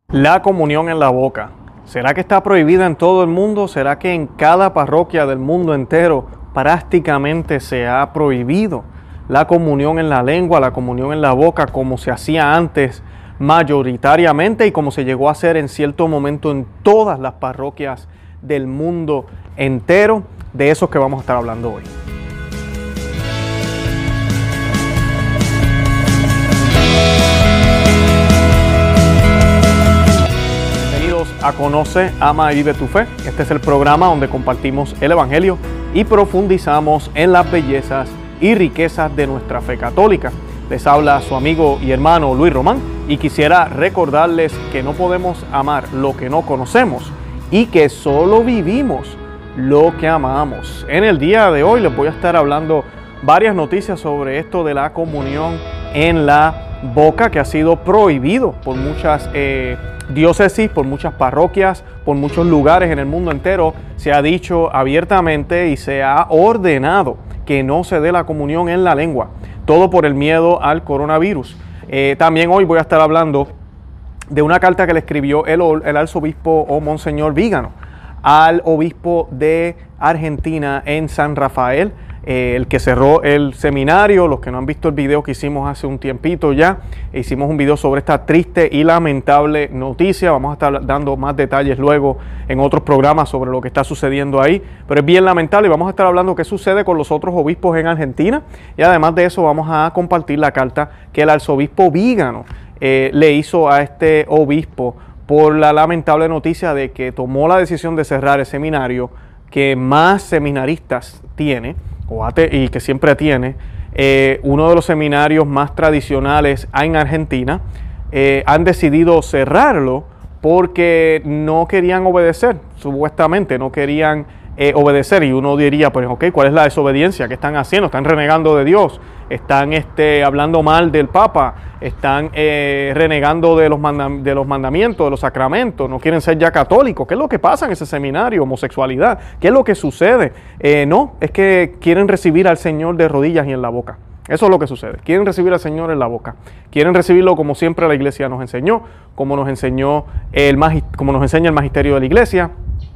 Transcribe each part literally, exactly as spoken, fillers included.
La comunión en la boca. ¿Será que está prohibida en todo el mundo? ¿Será que en cada parroquia del mundo entero prácticamente se ha prohibido la comunión en la lengua, la comunión en la boca, como se hacía antes mayoritariamente y como se llegó a hacer en cierto momento en todas las parroquias del mundo entero? De eso es que vamos a estar hablando hoy. A Conoce, Ama y Vive tu Fe. Este es el programa donde compartimos el Evangelio y profundizamos en las bellezas y riquezas de nuestra fe católica. Les habla su amigo y hermano Luis Román y quisiera recordarles que no podemos amar lo que no conocemos y que solo vivimos lo que amamos. En el día de hoy les voy a estar hablando varias noticias sobre esto de la comunión en la boca, que ha sido prohibido por muchas eh, diócesis, por muchas parroquias, por muchos lugares en el mundo entero. Se ha dicho abiertamente y se ha ordenado que no se dé la comunión en la lengua, todo por el miedo al coronavirus. Eh, también hoy voy a estar hablando de una carta que le escribió el, el arzobispo o Monseñor Vígano al obispo de Argentina en San Rafael, eh, el que cerró el seminario. Los que no han visto el video que hicimos hace un tiempito ya, hicimos un video sobre esta triste y lamentable noticia. Vamos a estar dando más detalles luego en otros programas sobre lo que está sucediendo ahí, pero es bien lamentable y vamos a estar hablando qué sucede con los otros obispos en Argentina, y además de eso vamos a compartir la carta que el arzobispo Vígano eh, le hizo a este obispo por la lamentable noticia de que tomó la decisión de cerrar el seminario que más seminaristas tiene, o ate, y que siempre tiene, eh, uno de los seminarios más tradicionales en Argentina. Eh, han decidido cerrarlo porque no querían obedecer, supuestamente no querían eh, obedecer, y uno diría, pues ok, ¿cuál es la desobediencia? ¿Qué están haciendo? ¿Están renegando de Dios? ¿Están este, hablando mal del Papa? ¿Están eh, renegando de los, mandam- de los mandamientos, de los sacramentos? ¿No quieren ser ya católicos? ¿Qué es lo que pasa en ese seminario? ¿Homosexualidad? ¿Qué es lo que sucede? Eh, no, es que quieren recibir al Señor de rodillas y en la boca. Eso es lo que sucede. Quieren recibir al Señor en la boca. Quieren recibirlo como siempre la Iglesia nos enseñó, como nos enseñó el magist- como nos enseña el magisterio de la Iglesia.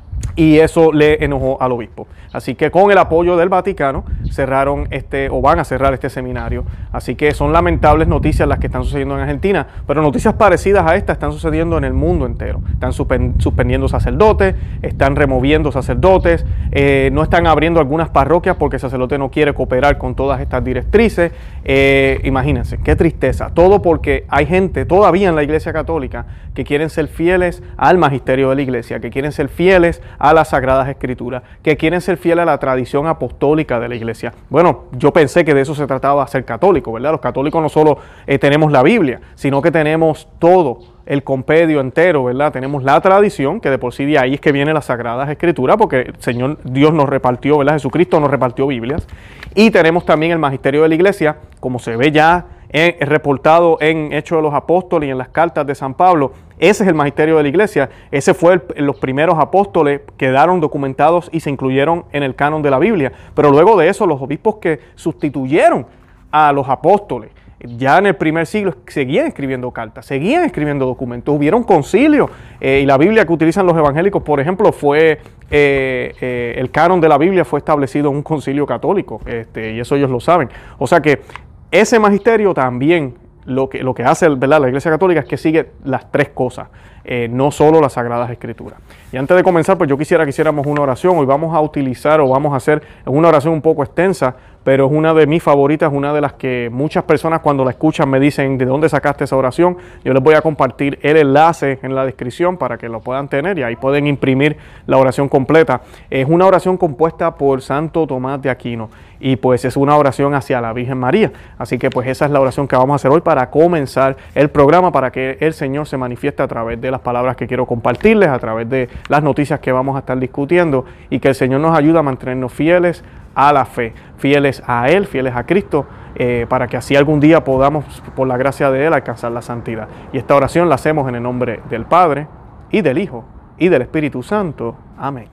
Y eso le enojó al obispo. Así que con el apoyo del Vaticano cerraron este, o van a cerrar este seminario. Así que son lamentables noticias las que están sucediendo en Argentina, pero noticias parecidas a esta están sucediendo en el mundo entero. Están suspendiendo sacerdotes, están removiendo sacerdotes, eh, no están abriendo algunas parroquias porque el sacerdote no quiere cooperar con todas estas directrices. Eh, imagínense, qué tristeza. Todo porque hay gente todavía en la Iglesia Católica que quieren ser fieles al magisterio de la Iglesia, que quieren ser fieles a las Sagradas Escrituras, que quieren ser fieles a la tradición apostólica de la Iglesia. Bueno, yo pensé que de eso se trataba ser católico, ¿verdad? Los católicos no solo eh, tenemos la Biblia, sino que tenemos todo el compendio entero, ¿verdad? Tenemos la tradición, que de por sí de ahí es que viene las Sagradas Escrituras, porque el Señor Dios nos repartió, ¿verdad? Jesucristo nos repartió Biblias. Y tenemos también el magisterio de la Iglesia, como se ve ya en, reportado en Hechos de los Apóstoles y en las cartas de San Pablo. Ese es el magisterio de la Iglesia. Ese fue el, los primeros apóstoles, quedaron documentados y se incluyeron en el canon de la Biblia. Pero luego de eso, los obispos que sustituyeron a los apóstoles, ya en el primer siglo, seguían escribiendo cartas, seguían escribiendo documentos, hubieron concilios, eh, y la Biblia que utilizan los evangélicos, por ejemplo, fue eh, eh, el canon de la Biblia fue establecido en un concilio católico, este, y eso ellos lo saben. O sea que ese magisterio también lo que, lo que hace, ¿verdad?, la Iglesia Católica es que sigue las tres cosas, eh, no solo las Sagradas Escrituras. Y antes de comenzar, pues yo quisiera que hiciéramos una oración. Hoy vamos a utilizar o vamos a hacer una oración un poco extensa, pero es una de mis favoritas, una de las que muchas personas cuando la escuchan me dicen, ¿de dónde sacaste esa oración? Yo les voy a compartir el enlace en la descripción para que lo puedan tener y ahí pueden imprimir la oración completa. Es una oración compuesta por Santo Tomás de Aquino y pues es una oración hacia la Virgen María. Así que pues esa es la oración que vamos a hacer hoy para comenzar el programa, para que el Señor se manifieste a través de las palabras que quiero compartirles, a través de las noticias que vamos a estar discutiendo, y que el Señor nos ayude a mantenernos fieles a la fe, fieles a Él, fieles a Cristo, eh, para que así algún día podamos, por la gracia de Él, alcanzar la santidad. Y esta oración la hacemos en el nombre del Padre, y del Hijo, y del Espíritu Santo. Amén.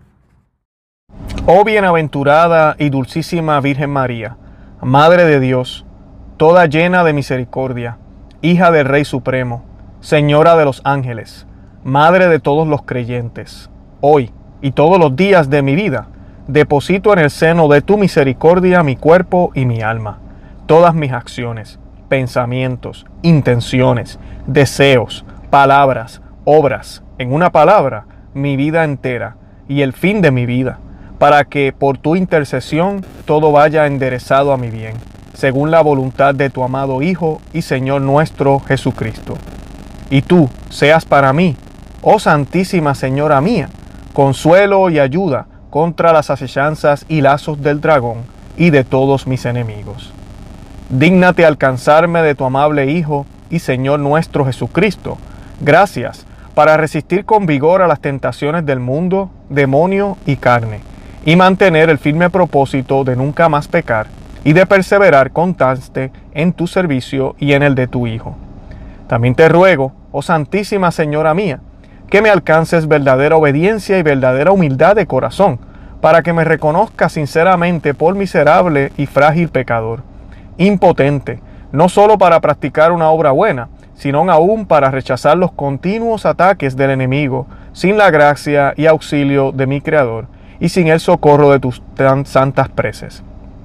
Oh bienaventurada y dulcísima Virgen María, Madre de Dios, toda llena de misericordia, hija del Rey Supremo, Señora de los ángeles, Madre de todos los creyentes, hoy y todos los días de mi vida, deposito en el seno de tu misericordia mi cuerpo y mi alma, todas mis acciones, pensamientos, intenciones, deseos, palabras, obras, en una palabra, mi vida entera y el fin de mi vida, para que por tu intercesión todo vaya enderezado a mi bien, según la voluntad de tu amado Hijo y Señor nuestro Jesucristo. Y tú seas para mí, oh Santísima Señora mía, consuelo y ayuda contra las acechanzas y lazos del dragón y de todos mis enemigos. Dígnate alcanzarme de tu amable Hijo y Señor nuestro Jesucristo, gracias para resistir con vigor a las tentaciones del mundo, demonio y carne, y mantener el firme propósito de nunca más pecar y de perseverar constante en tu servicio y en el de tu Hijo. También te ruego, oh Santísima Señora mía, que me alcances verdadera obediencia y verdadera humildad de corazón, para que me reconozca sinceramente por miserable y frágil pecador, impotente, no solo para practicar una obra buena, sino aún para rechazar los continuos ataques del enemigo, sin la gracia y auxilio de mi Creador, y sin el socorro de tus tan santas preces.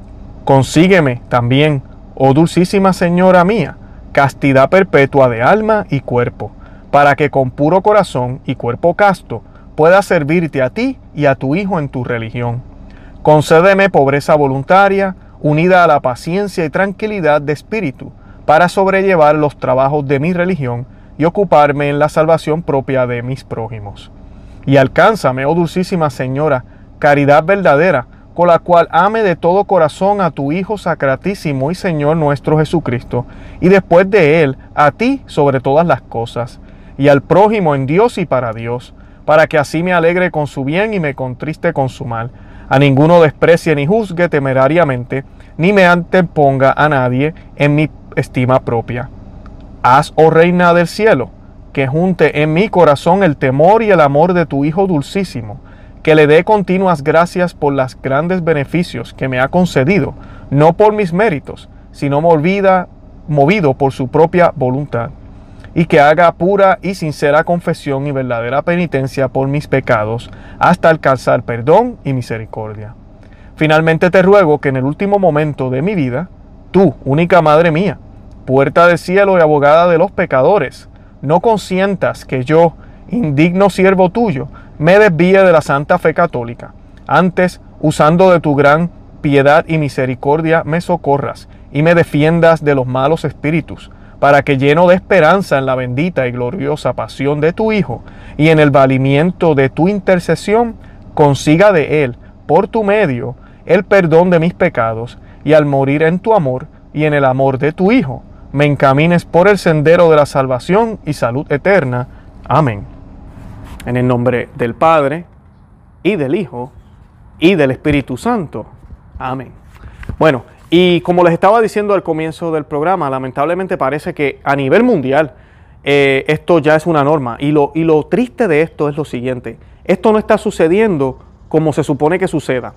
Consígueme también, oh dulcísima Señora mía, castidad perpetua de alma y cuerpo, para que con puro corazón y cuerpo casto pueda servirte a ti y a tu Hijo en tu religión. Concédeme pobreza voluntaria, unida a la paciencia y tranquilidad de espíritu, para sobrellevar los trabajos de mi religión y ocuparme en la salvación propia de mis prójimos. Y alcánzame, oh dulcísima Señora, caridad verdadera, con la cual ame de todo corazón a tu Hijo sacratísimo y Señor nuestro Jesucristo, y después de Él, a ti sobre todas las cosas, y al prójimo en Dios y para Dios, para que así me alegre con su bien y me contriste con su mal. A ninguno desprecie ni juzgue temerariamente, ni me anteponga a nadie en mi estima propia. Haz, oh Reina del cielo, que junte en mi corazón el temor y el amor de tu Hijo dulcísimo, que le dé continuas gracias por los grandes beneficios que me ha concedido, no por mis méritos, sino movida, movido por su propia voluntad, y que haga pura y sincera confesión y verdadera penitencia por mis pecados, hasta alcanzar perdón y misericordia. Finalmente te ruego que en el último momento de mi vida, tú, única Madre mía, puerta del cielo y abogada de los pecadores, no consientas que yo, indigno siervo tuyo, me desvíe de la santa fe católica. Antes, usando de tu gran piedad y misericordia, me socorras y me defiendas de los malos espíritus, para que, lleno de esperanza en la bendita y gloriosa pasión de tu Hijo y en el valimiento de tu intercesión, consiga de Él, por tu medio, el perdón de mis pecados, y al morir en tu amor y en el amor de tu Hijo, me encamines por el sendero de la salvación y salud eterna. Amén. En el nombre del Padre, y del Hijo, y del Espíritu Santo. Amén. Bueno, y como les estaba diciendo al comienzo del programa, lamentablemente parece que a nivel mundial eh, esto ya es una norma. Y lo, y lo triste de esto es lo siguiente. Esto no está sucediendo como se supone que suceda.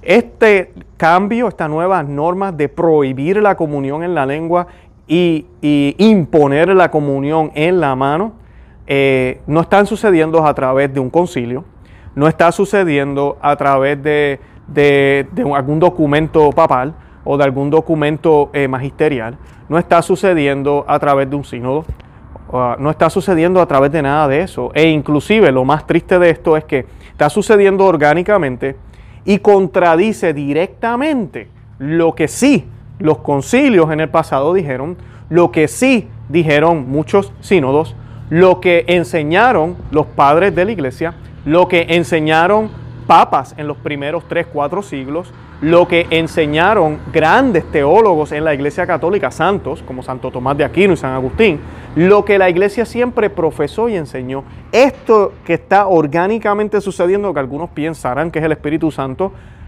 Este cambio, estas nuevas normas de prohibir la comunión en la lengua y, y imponer la comunión en la mano, eh, no están sucediendo a través de un concilio, no está sucediendo a través de, de, de algún documento papal o de algún documento eh, magisterial, no está sucediendo a través de un sínodo, uh, no está sucediendo a través de nada de eso. E inclusive lo más triste de esto es que está sucediendo orgánicamente y contradice directamente lo que sí los concilios en el pasado dijeron, lo que sí dijeron muchos sínodos, lo que enseñaron los padres de la iglesia, lo que enseñaron papas en los primeros tres, cuatro siglos, lo que enseñaron grandes teólogos en la iglesia católica, santos, como Santo Tomás de Aquino y San Agustín, lo que la iglesia siempre profesó y enseñó. Esto que está orgánicamente sucediendo, que algunos pensarán que es el Espíritu Santo,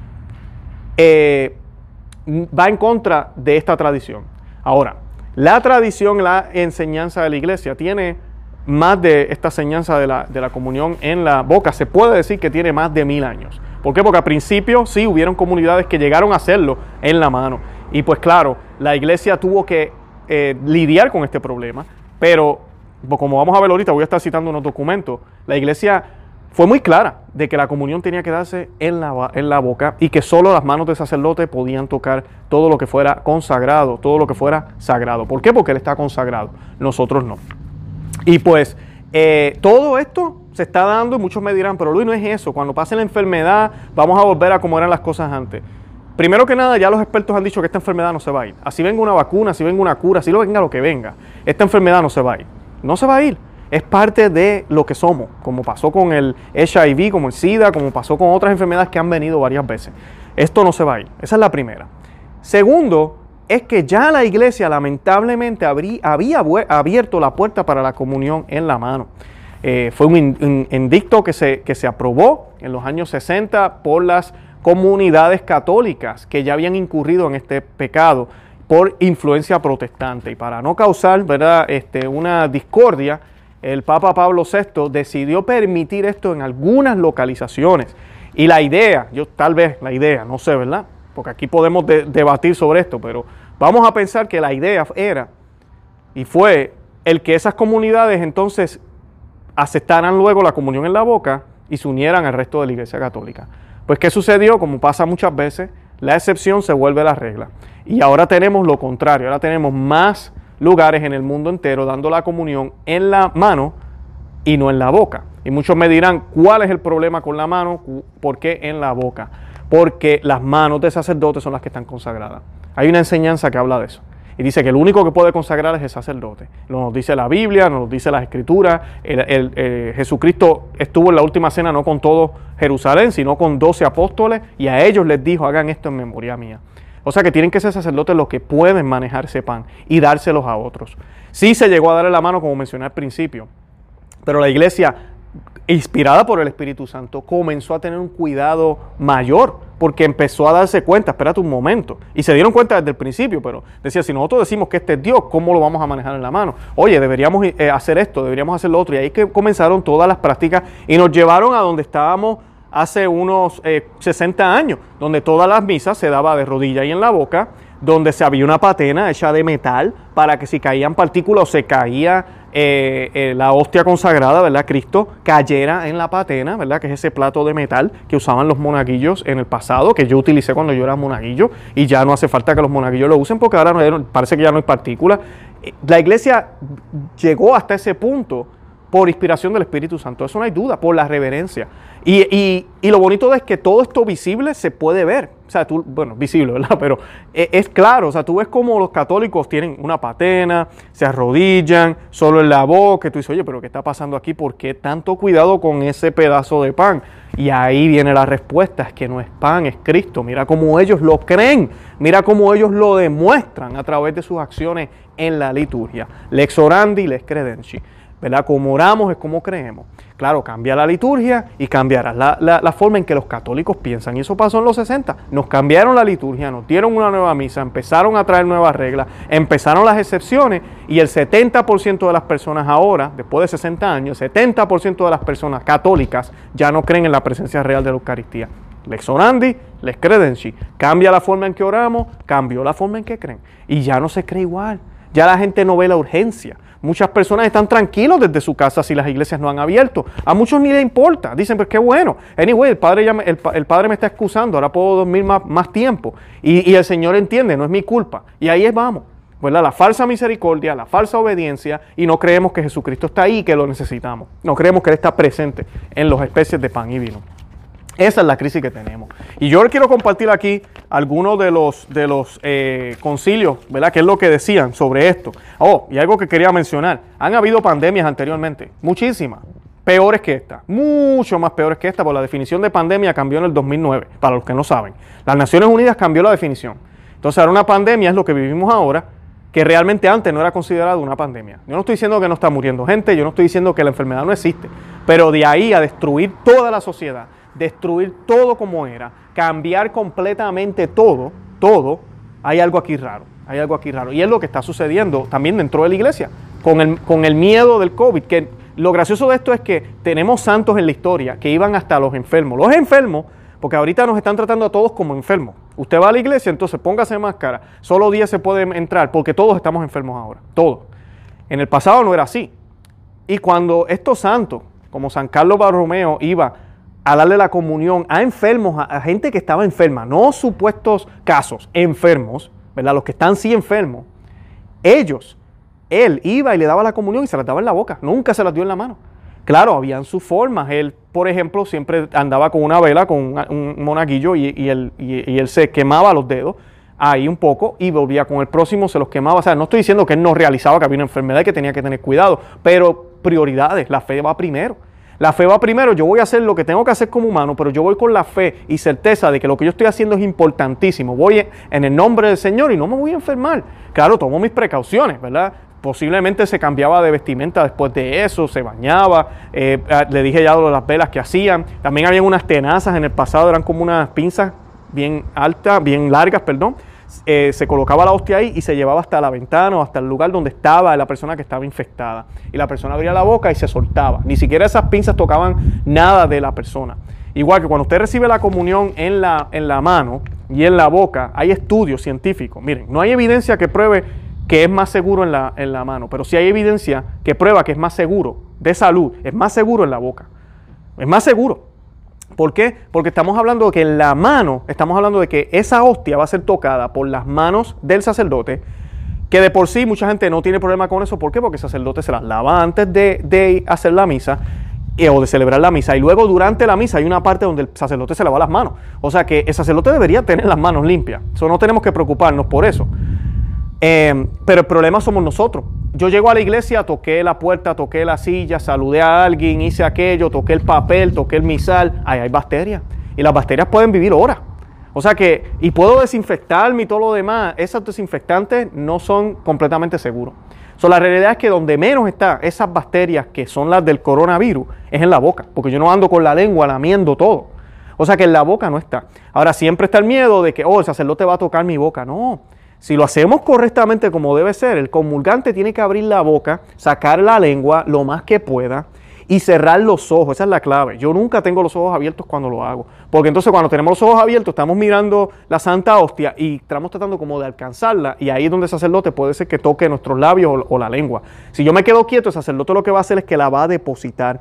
eh, va en contra de esta tradición. Ahora, la tradición, la enseñanza de la iglesia tiene más de esta enseñanza de la, de la comunión en la boca, se puede decir que tiene más de mil años. ¿Por qué? Porque al principio sí hubieron comunidades que llegaron a hacerlo en la mano. Y pues claro, la iglesia tuvo que eh, lidiar con este problema, pero como vamos a ver ahorita, voy a estar citando unos documentos, la iglesia fue muy clara de que la comunión tenía que darse en la, en la boca y que solo las manos del sacerdote podían tocar todo lo que fuera consagrado, todo lo que fuera sagrado. ¿Por qué? Porque él está consagrado, nosotros no. Y pues eh, todo esto se está dando y muchos me dirán, pero Luis, no es eso, cuando pase la enfermedad vamos a volver a como eran las cosas antes. Primero que nada, ya los expertos han dicho que esta enfermedad no se va a ir. Así venga una vacuna, así venga una cura, así lo venga lo que venga, esta enfermedad no se va a ir. No se va a ir. Es parte de lo que somos, como pasó con el H I V, como el SIDA, como pasó con otras enfermedades que han venido varias veces. Esto no se va a ir. Esa es la primera. Segundo, es que ya la iglesia lamentablemente habría, había abierto la puerta para la comunión en la mano. Eh, fue un, un edicto que se, que se aprobó en los años sesenta por las comunidades católicas que ya habían incurrido en este pecado por influencia protestante. Y para no causar, ¿verdad?, este, una discordia, el Papa Pablo sexto decidió permitir esto en algunas localizaciones. Y la idea, yo tal vez la idea, no sé, ¿verdad? Porque aquí podemos de, debatir sobre esto, pero vamos a pensar que la idea era y fue el que esas comunidades entonces aceptaran luego la comunión en la boca y se unieran al resto de la Iglesia Católica. Pues ¿qué sucedió? Como pasa muchas veces, la excepción se vuelve la regla. Y ahora tenemos lo contrario, ahora tenemos más lugares en el mundo entero dando la comunión en la mano y no en la boca. Y muchos me dirán, ¿cuál es el problema con la mano? ¿Por qué en la boca? Porque las manos de sacerdotes son las que están consagradas. Hay una enseñanza que habla de eso. Y dice que el único que puede consagrar es el sacerdote. Nos dice la Biblia, nos dice las Escrituras. El, el, el, Jesucristo estuvo en la última cena no con todo Jerusalén, sino con doce apóstoles, y a ellos les dijo, hagan esto en memoria mía. O sea que tienen que ser sacerdotes los que pueden manejar ese pan y dárselos a otros. Sí se llegó a darle la mano, como mencioné al principio, pero la iglesia, inspirada por el Espíritu Santo, comenzó a tener un cuidado mayor, porque empezó a darse cuenta, espérate un momento, y se dieron cuenta desde el principio, pero decía, si nosotros decimos que este es Dios, ¿cómo lo vamos a manejar en la mano? Oye, deberíamos eh, hacer esto, deberíamos hacer lo otro, y ahí que comenzaron todas las prácticas y nos llevaron a donde estábamos hace unos eh, sesenta años, donde todas las misas se daba de rodilla y en la boca, donde se había una patena hecha de metal para que si caían partículas o se caía eh, eh, la hostia consagrada, ¿verdad? Cristo cayera en la patena, ¿verdad? Que es ese plato de metal que usaban los monaguillos en el pasado, que yo utilicé cuando yo era monaguillo, y ya no hace falta que los monaguillos lo usen porque ahora no, parece que ya no hay partículas. La iglesia llegó hasta ese punto por inspiración del Espíritu Santo, eso no hay duda, por la reverencia. Y, y, y lo bonito es que todo esto visible se puede ver. O sea, tú, bueno, visible, ¿verdad? Pero es, es claro, o sea, tú ves como los católicos tienen una patena, se arrodillan, solo en la boca, y tú dices, oye, pero ¿qué está pasando aquí? ¿Por qué tanto cuidado con ese pedazo de pan? Y ahí viene la respuesta, es que no es pan, es Cristo. Mira cómo ellos lo creen, mira cómo ellos lo demuestran a través de sus acciones en la liturgia. Lex orandi, lex credentia. ¿Verdad? Como oramos es como creemos. Claro, cambia la liturgia y cambiará la, la, la forma en que los católicos piensan. Y eso pasó en los sesenta. Nos cambiaron la liturgia, nos dieron una nueva misa, empezaron a traer nuevas reglas, empezaron las excepciones y el setenta por ciento de las personas ahora, después de sesenta años, setenta por ciento de las personas católicas ya no creen en la presencia real de la Eucaristía. Lex orandi, lex credentia. Cambia la forma en que oramos, cambió la forma en que creen. Y ya no se cree igual. Ya la gente no ve la urgencia. Muchas personas están tranquilos desde su casa si las iglesias no han abierto. A muchos ni les importa. Dicen, pues qué bueno. Anyway, el padre, ya me, el, el padre me está excusando, ahora puedo dormir más, más tiempo. Y, y el Señor entiende, no es mi culpa. Y ahí vamos. ¿Verdad? La falsa misericordia, la falsa obediencia, y no creemos que Jesucristo está ahí y que lo necesitamos. No creemos que Él está presente en las especies de pan y vino. Esa es la crisis que tenemos. Y yo quiero compartir aquí algunos de los, de los eh, concilios, ¿verdad? ¿Qué es lo que decían sobre esto? Oh, y algo que quería mencionar. Han habido pandemias anteriormente, muchísimas, peores que esta, mucho más peores que esta, porque la definición de pandemia cambió en el dos mil nueve, para los que no saben. Las Naciones Unidas cambió la definición. Entonces ahora una pandemia es lo que vivimos ahora, que realmente antes no era considerado una pandemia. Yo no estoy diciendo que no está muriendo gente, yo no estoy diciendo que la enfermedad no existe, pero de ahí a destruir toda la sociedad, destruir todo como era, cambiar completamente todo, todo, hay algo aquí raro, hay algo aquí raro. Y es lo que está sucediendo también dentro de la iglesia, con el, con el miedo del COVID, que lo gracioso de esto es que tenemos santos en la historia que iban hasta los enfermos. Los enfermos, porque ahorita nos están tratando a todos como enfermos. Usted va a la iglesia, entonces póngase máscara, solo diez se puede entrar, porque todos estamos enfermos ahora, todos. En el pasado no era así. Y cuando estos santos, como San Carlos Borromeo, iba a darle la comunión a enfermos, a, a gente que estaba enferma, no supuestos casos, enfermos, ¿verdad? Los que están sí enfermos, ellos, él iba y le daba la comunión y se las daba en la boca, nunca se las dio en la mano. Claro, habían sus formas. Él, por ejemplo, siempre andaba con una vela, con un, un monaguillo y, y, él, y, y él se quemaba los dedos ahí un poco y volvía con el próximo, se los quemaba. O sea, no estoy diciendo que él no realizaba que había una enfermedad y que tenía que tener cuidado, pero prioridades, la fe va primero. La fe va primero, yo voy a hacer lo que tengo que hacer como humano, pero yo voy con la fe y certeza de que lo que yo estoy haciendo es importantísimo. Voy en el nombre del Señor y no me voy a enfermar. Claro, tomo mis precauciones, ¿verdad? Posiblemente se cambiaba de vestimenta después de eso, se bañaba, eh, le dije ya de las velas que hacían. También había unas tenazas en el pasado, eran como unas pinzas bien altas, bien largas, perdón. Eh, se colocaba la hostia ahí y se llevaba hasta la ventana o hasta el lugar donde estaba la persona que estaba infectada. Y la persona abría la boca y se soltaba. Ni siquiera esas pinzas tocaban nada de la persona. Igual que cuando usted recibe la comunión en la, en la mano y en la boca, hay estudios científicos. Miren, no hay evidencia que pruebe que es más seguro en la, en la mano, pero sí hay evidencia que prueba que es más seguro de salud, es más seguro en la boca. Es más seguro. ¿Por qué? Porque estamos hablando de que en la mano, estamos hablando de que esa hostia va a ser tocada por las manos del sacerdote, que de por sí mucha gente no tiene problema con eso. ¿Por qué? Porque el sacerdote se las lava antes de, de hacer la misa eh, o de celebrar la misa. Y luego durante la misa hay una parte donde el sacerdote se lava las manos. O sea que el sacerdote debería tener las manos limpias. Eso no tenemos que preocuparnos por eso. Eh, pero el problema somos nosotros. Yo llego a la iglesia, toqué la puerta, toqué la silla, saludé a alguien, hice aquello, toqué el papel, toqué el misal. Ahí hay bacterias. Y las bacterias pueden vivir horas. O sea que, y puedo desinfectarme y todo lo demás. Esos desinfectantes no son completamente seguros. So, la realidad es que donde menos están esas bacterias, que son las del coronavirus, es en la boca. Porque yo no ando con la lengua lamiendo todo. O sea que en la boca no está. Ahora, siempre está el miedo de que, oh, el sacerdote va a tocar mi boca. No. Si lo hacemos correctamente como debe ser, el comulgante tiene que abrir la boca, sacar la lengua lo más que pueda y cerrar los ojos. Esa es la clave. Yo nunca tengo los ojos abiertos cuando lo hago. Porque entonces cuando tenemos los ojos abiertos estamos mirando la Santa Hostia y estamos tratando como de alcanzarla, y ahí es donde el sacerdote puede ser que toque nuestros labios o, o la lengua. Si yo me quedo quieto, el sacerdote lo que va a hacer es que la va a depositar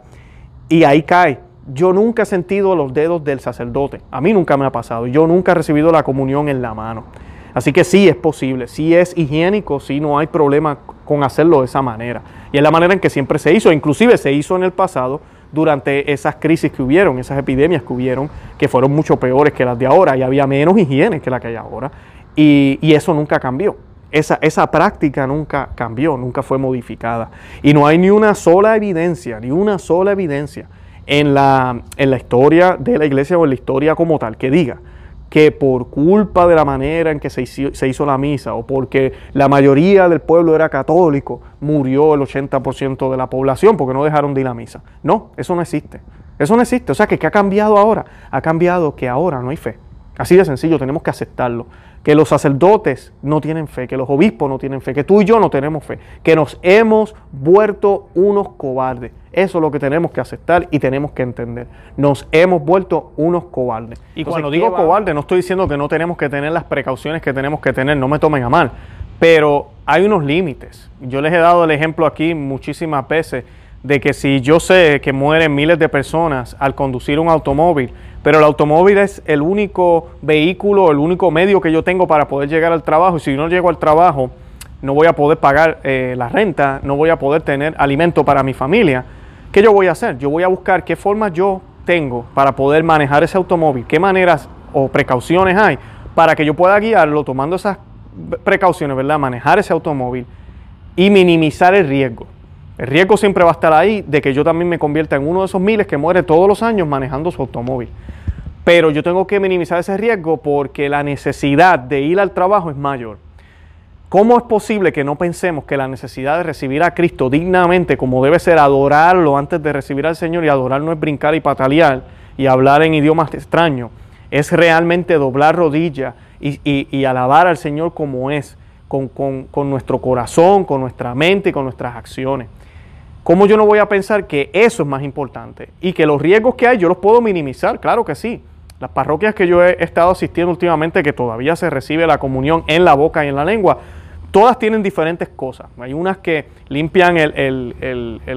y ahí cae. Yo nunca he sentido los dedos del sacerdote. A mí nunca me ha pasado. Yo nunca he recibido la comunión en la mano. Así que sí es posible, sí es higiénico, sí no hay problema con hacerlo de esa manera. Y es la manera en que siempre se hizo, inclusive se hizo en el pasado durante esas crisis que hubieron, esas epidemias que hubieron, que fueron mucho peores que las de ahora, y había menos higiene que la que hay ahora, y, y eso nunca cambió. Esa, esa práctica nunca cambió, nunca fue modificada. Y no hay ni una sola evidencia, ni una sola evidencia en la, en la historia de la iglesia o en la historia como tal que diga que por culpa de la manera en que se hizo, se hizo la misa, o porque la mayoría del pueblo era católico, murió el ochenta por ciento de la población porque no dejaron de ir a la misa. No, eso no existe. Eso no existe. O sea, que ¿qué ha cambiado ahora? Ha cambiado que ahora no hay fe. Así de sencillo, tenemos que aceptarlo. Que los sacerdotes no tienen fe, que los obispos no tienen fe, que tú y yo no tenemos fe, que nos hemos vuelto unos cobardes. Eso es lo que tenemos que aceptar y tenemos que entender. Nos hemos vuelto unos cobardes. Y Entonces, cuando digo cobarde, no estoy diciendo que no tenemos que tener las precauciones que tenemos que tener, no me tomen a mal, pero hay unos límites. Yo les he dado el ejemplo aquí muchísimas veces de que si yo sé que mueren miles de personas al conducir un automóvil, pero el automóvil es el único vehículo, el único medio que yo tengo para poder llegar al trabajo, y si no llego al trabajo no voy a poder pagar eh, la renta, no voy a poder tener alimento para mi familia, ¿qué yo voy a hacer? Yo voy a buscar qué formas yo tengo para poder manejar ese automóvil, qué maneras o precauciones hay para que yo pueda guiarlo tomando esas precauciones, ¿verdad? Manejar ese automóvil y minimizar el riesgo. El riesgo siempre va a estar ahí de que yo también me convierta en uno de esos miles que muere todos los años manejando su automóvil. Pero yo tengo que minimizar ese riesgo porque la necesidad de ir al trabajo es mayor. ¿Cómo es posible que no pensemos que la necesidad de recibir a Cristo dignamente, como debe ser adorarlo antes de recibir al Señor, y adorar no es brincar y patalear y hablar en idiomas extraños, es realmente doblar rodillas y, y, y alabar al Señor como es, con, con, con nuestro corazón, con nuestra mente y con nuestras acciones? ¿Cómo yo no voy a pensar que eso es más importante? Y que los riesgos que hay yo los puedo minimizar, claro que sí. Las parroquias que yo he estado asistiendo últimamente, que todavía se recibe la comunión en la boca y en la lengua, todas tienen diferentes cosas. Hay unas que limpian el, el, el, el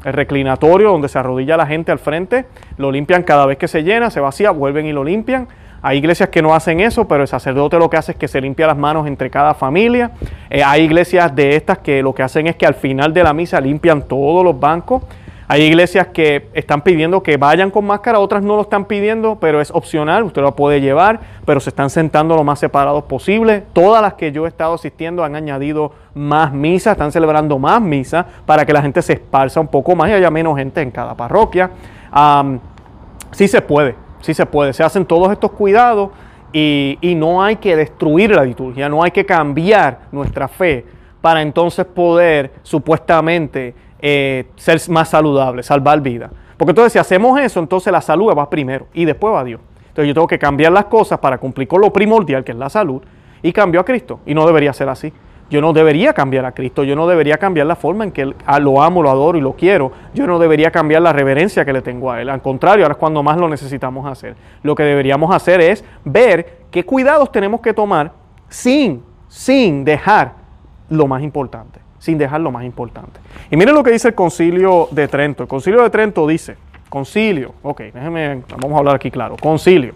el reclinatorio donde se arrodilla la gente al frente, lo limpian cada vez que se llena, se vacía, vuelven y lo limpian. Hay iglesias que no hacen eso, pero el sacerdote lo que hace es que se limpia las manos entre cada familia. Eh, hay iglesias de estas que lo que hacen es que al final de la misa limpian todos los bancos. Hay iglesias que están pidiendo que vayan con máscara, otras no lo están pidiendo, pero es opcional, usted lo puede llevar, pero se están sentando lo más separados posible. Todas las que yo he estado asistiendo han añadido más misas, están celebrando más misas para que la gente se esparza un poco más y haya menos gente en cada parroquia. Um, sí se puede, sí se puede, se hacen todos estos cuidados y, y no hay que destruir la liturgia, no hay que cambiar nuestra fe para entonces poder supuestamente Eh, ser más saludable, salvar vida. Porque entonces si hacemos eso, entonces la salud va primero y después va Dios. Entonces yo tengo que cambiar las cosas para cumplir con lo primordial, que es la salud, y cambio a Cristo. Y no debería ser así. Yo no debería cambiar a Cristo, yo no debería cambiar la forma en que lo amo, lo adoro y lo quiero. Yo no debería cambiar la reverencia que le tengo a Él. Al contrario, ahora es cuando más lo necesitamos hacer. Lo que deberíamos hacer es ver qué cuidados tenemos que tomar sin, sin dejar lo más importante. sin dejar lo más importante. Y miren lo que dice el Concilio de Trento. El Concilio de Trento dice, concilio, ok, déjenme, vamos a hablar aquí claro, concilio.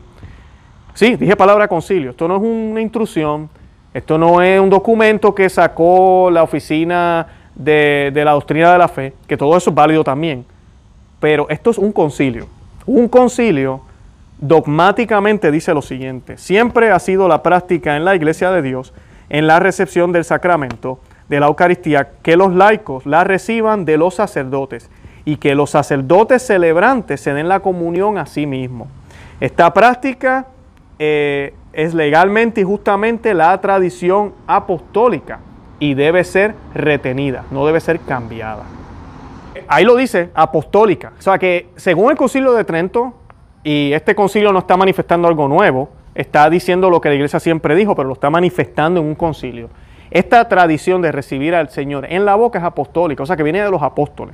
Sí, dije palabra concilio, esto no es una instrucción, esto no es un documento que sacó la oficina de, de la doctrina de la fe, que todo eso es válido también, pero esto es un concilio. Un concilio dogmáticamente dice lo siguiente: siempre ha sido la práctica en la Iglesia de Dios, en la recepción del sacramento de la Eucaristía, que los laicos la reciban de los sacerdotes y que los sacerdotes celebrantes se den la comunión a sí mismos. Esta práctica eh, es legalmente y justamente la tradición apostólica y debe ser retenida, no debe ser cambiada. Ahí lo dice, apostólica. O sea que según el Concilio de Trento, y este concilio no está manifestando algo nuevo, está diciendo lo que la Iglesia siempre dijo, pero lo está manifestando en un concilio. Esta tradición de recibir al Señor en la boca es apostólica, o sea que viene de los apóstoles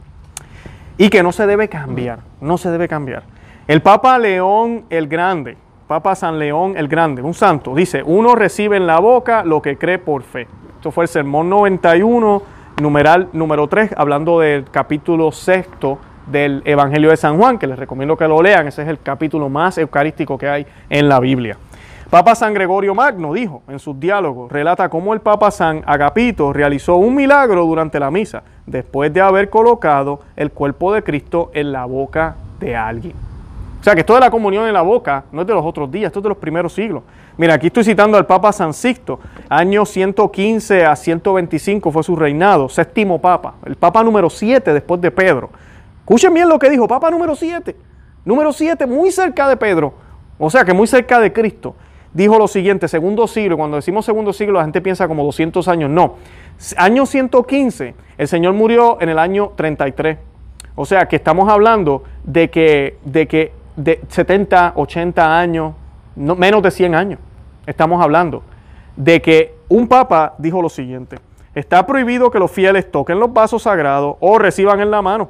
y que no se debe cambiar, no se debe cambiar. El Papa León el Grande, Papa San León el Grande, un santo, dice: uno recibe en la boca lo que cree por fe. Esto fue el sermón noventa y uno, numeral número tres, hablando del capítulo sexto del Evangelio de San Juan, que les recomiendo que lo lean. Ese es el capítulo más eucarístico que hay en la Biblia. Papa San Gregorio Magno dijo en sus diálogos, relata cómo el Papa San Agapito realizó un milagro durante la misa, después de haber colocado el cuerpo de Cristo en la boca de alguien. O sea que esto de la comunión en la boca no es de los otros días, esto es de los primeros siglos. Mira, aquí estoy citando al Papa San Sixto, año ciento quince a ciento veinticinco fue su reinado, séptimo Papa, el Papa número siete después de Pedro. Escuchen bien lo que dijo, Papa número siete, número siete, muy cerca de Pedro, o sea que muy cerca de Cristo. Dijo lo siguiente: segundo siglo, cuando decimos segundo siglo la gente piensa como doscientos años, no. Año ciento quince, el Señor murió en el año treinta y tres. O sea que estamos hablando de que, de que de setenta, ochenta años, no, menos de cien años. Estamos hablando de que un papa dijo lo siguiente: está prohibido que los fieles toquen los vasos sagrados o reciban en la mano.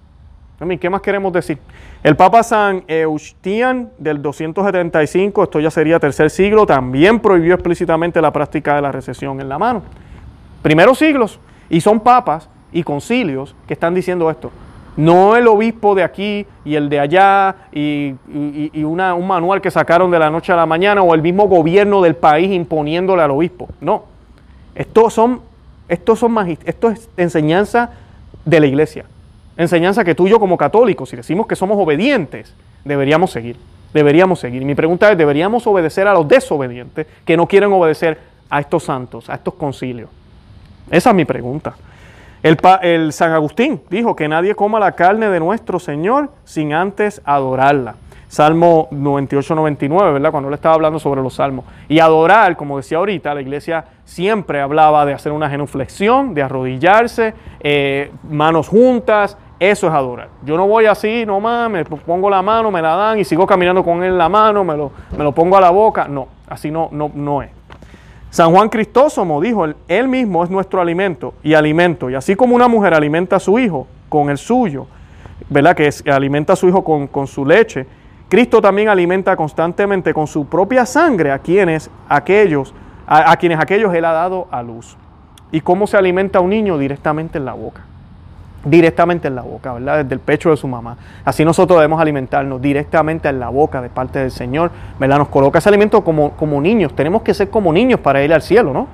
¿Qué más queremos decir? El Papa San Eustian del doscientos setenta y cinco, esto ya sería tercer siglo, también prohibió explícitamente la práctica de la recepción en la mano. Primeros siglos, y son papas y concilios que están diciendo esto. No el obispo de aquí y el de allá y, y, y una, un manual que sacaron de la noche a la mañana o el mismo gobierno del país imponiéndole al obispo. No, estos son, estos son magist- esto es enseñanza de la Iglesia. Enseñanza que tú y yo como católicos, si decimos que somos obedientes, deberíamos seguir, deberíamos seguir. Y mi pregunta es, ¿deberíamos obedecer a los desobedientes que no quieren obedecer a estos santos, a estos concilios? Esa es mi pregunta. El, el San Agustín dijo que nadie coma la carne de nuestro Señor sin antes adorarla. Salmo noventa y ocho, noventa y nueve, ¿verdad? Cuando él estaba hablando sobre los salmos. Y adorar, como decía ahorita, la iglesia siempre hablaba de hacer una genuflexión, de arrodillarse, eh, manos juntas. Eso es adorar. Yo no voy así, nomás, me pongo la mano, me la dan y sigo caminando con él en la mano, me lo, me lo pongo a la boca. No, así no, no, no es. San Juan Crisóstomo dijo, él mismo es nuestro alimento y alimento. Y así como una mujer alimenta a su hijo con el suyo, ¿verdad? Que es, alimenta a su hijo con, con su leche, Cristo también alimenta constantemente con su propia sangre a quienes aquellos, a, a quienes aquellos él ha dado a luz. ¿Y cómo se alimenta a un niño? Directamente en la boca. directamente en la boca, ¿verdad? Desde el pecho de su mamá. Así nosotros debemos alimentarnos directamente en la boca de parte del Señor, ¿verdad? Nos coloca ese alimento como, como niños. Tenemos que ser como niños para ir al cielo, ¿no?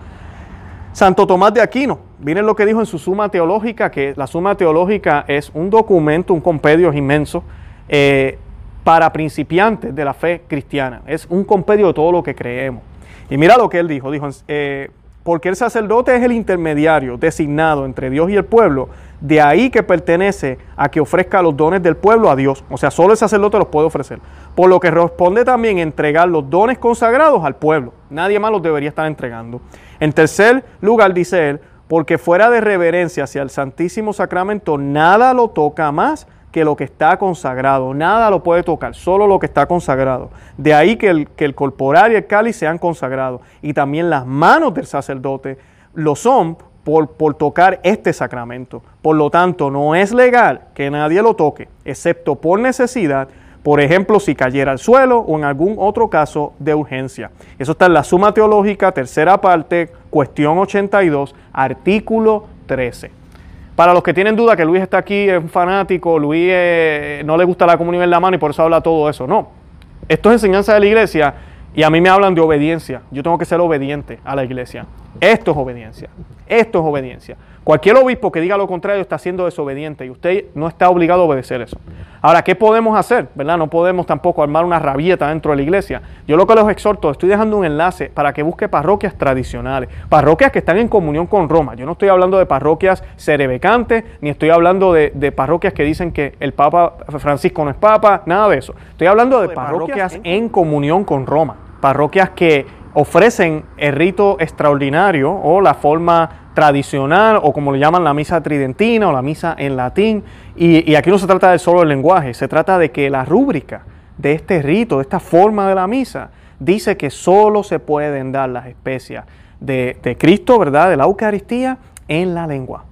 Santo Tomás de Aquino, miren lo que dijo en su Suma Teológica, que la Suma Teológica es un documento, un compendio inmenso eh, para principiantes de la fe cristiana. Es un compendio de todo lo que creemos. Y mira lo que él dijo, dijo, eh, porque el sacerdote es el intermediario designado entre Dios y el pueblo, de ahí que pertenece a que ofrezca los dones del pueblo a Dios. O sea, solo el sacerdote los puede ofrecer. Por lo que responde también entregar los dones consagrados al pueblo. Nadie más los debería estar entregando. En tercer lugar, dice él, porque fuera de reverencia hacia el Santísimo Sacramento, nada lo toca más que lo que está consagrado. Nada lo puede tocar, solo lo que está consagrado. De ahí que el, que el corporal y el cáliz sean consagrados. Y también las manos del sacerdote lo son por, por tocar este sacramento. Por lo tanto, no es legal que nadie lo toque, excepto por necesidad, por ejemplo, si cayera al suelo o en algún otro caso de urgencia. Eso está en la Suma Teológica, tercera parte, cuestión ochenta y dos, artículo trece. Para los que tienen duda que Luis está aquí, es un fanático, Luis eh, no le gusta la comunión en la mano y por eso habla todo eso. No, esto es enseñanza de la iglesia y a mí me hablan de obediencia. Yo tengo que ser obediente a la iglesia. Esto es obediencia. Esto es obediencia. Cualquier obispo que diga lo contrario está siendo desobediente y usted no está obligado a obedecer eso. Ahora, ¿qué podemos hacer? ¿Verdad? No podemos tampoco armar una rabieta dentro de la iglesia. Yo lo que los exhorto, estoy dejando un enlace para que busque parroquias tradicionales, parroquias que están en comunión con Roma. Yo no estoy hablando de parroquias cerebecantes, ni estoy hablando de, de parroquias que dicen que el Papa Francisco no es Papa, nada de eso. Estoy hablando de parroquias en comunión con Roma, parroquias que ofrecen el rito extraordinario o la forma tradicional o como le llaman la misa tridentina o la misa en latín. Y, y aquí no se trata de solo el lenguaje, se trata de que la rúbrica de este rito, de esta forma de la misa, dice que solo se pueden dar las especias de, de Cristo, ¿verdad? De la Eucaristía en la lengua.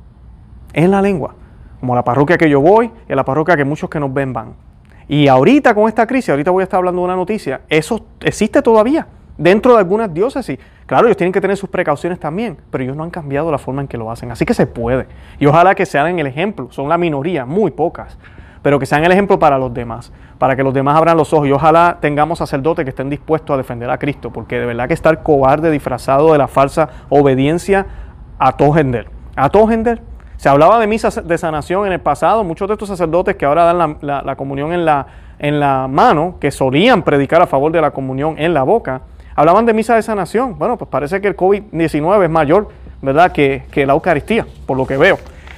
En la lengua. Como la parroquia que yo voy, en la parroquia que muchos que nos ven van. Y ahorita con esta crisis, ahorita voy a estar hablando de una noticia, eso existe todavía dentro de algunas diócesis. Claro, ellos tienen que tener sus precauciones también, pero ellos no han cambiado la forma en que lo hacen. Así que se puede. Y ojalá que sean el ejemplo. Son la minoría, muy pocas. Pero que sean el ejemplo para los demás. Para que los demás abran los ojos. Y ojalá tengamos sacerdotes que estén dispuestos a defender a Cristo. Porque de verdad que estar cobarde, disfrazado de la falsa obediencia a todo gender. A todo gender. Se hablaba de misas de sanación en el pasado. Muchos de estos sacerdotes que ahora dan la, la, la comunión en la, en la mano, que solían predicar a favor de la comunión en la boca, hablaban de misa de sanación. Bueno, pues parece que el COVID diecinueve es mayor, ¿verdad?, que, que la Eucaristía, por lo que veo.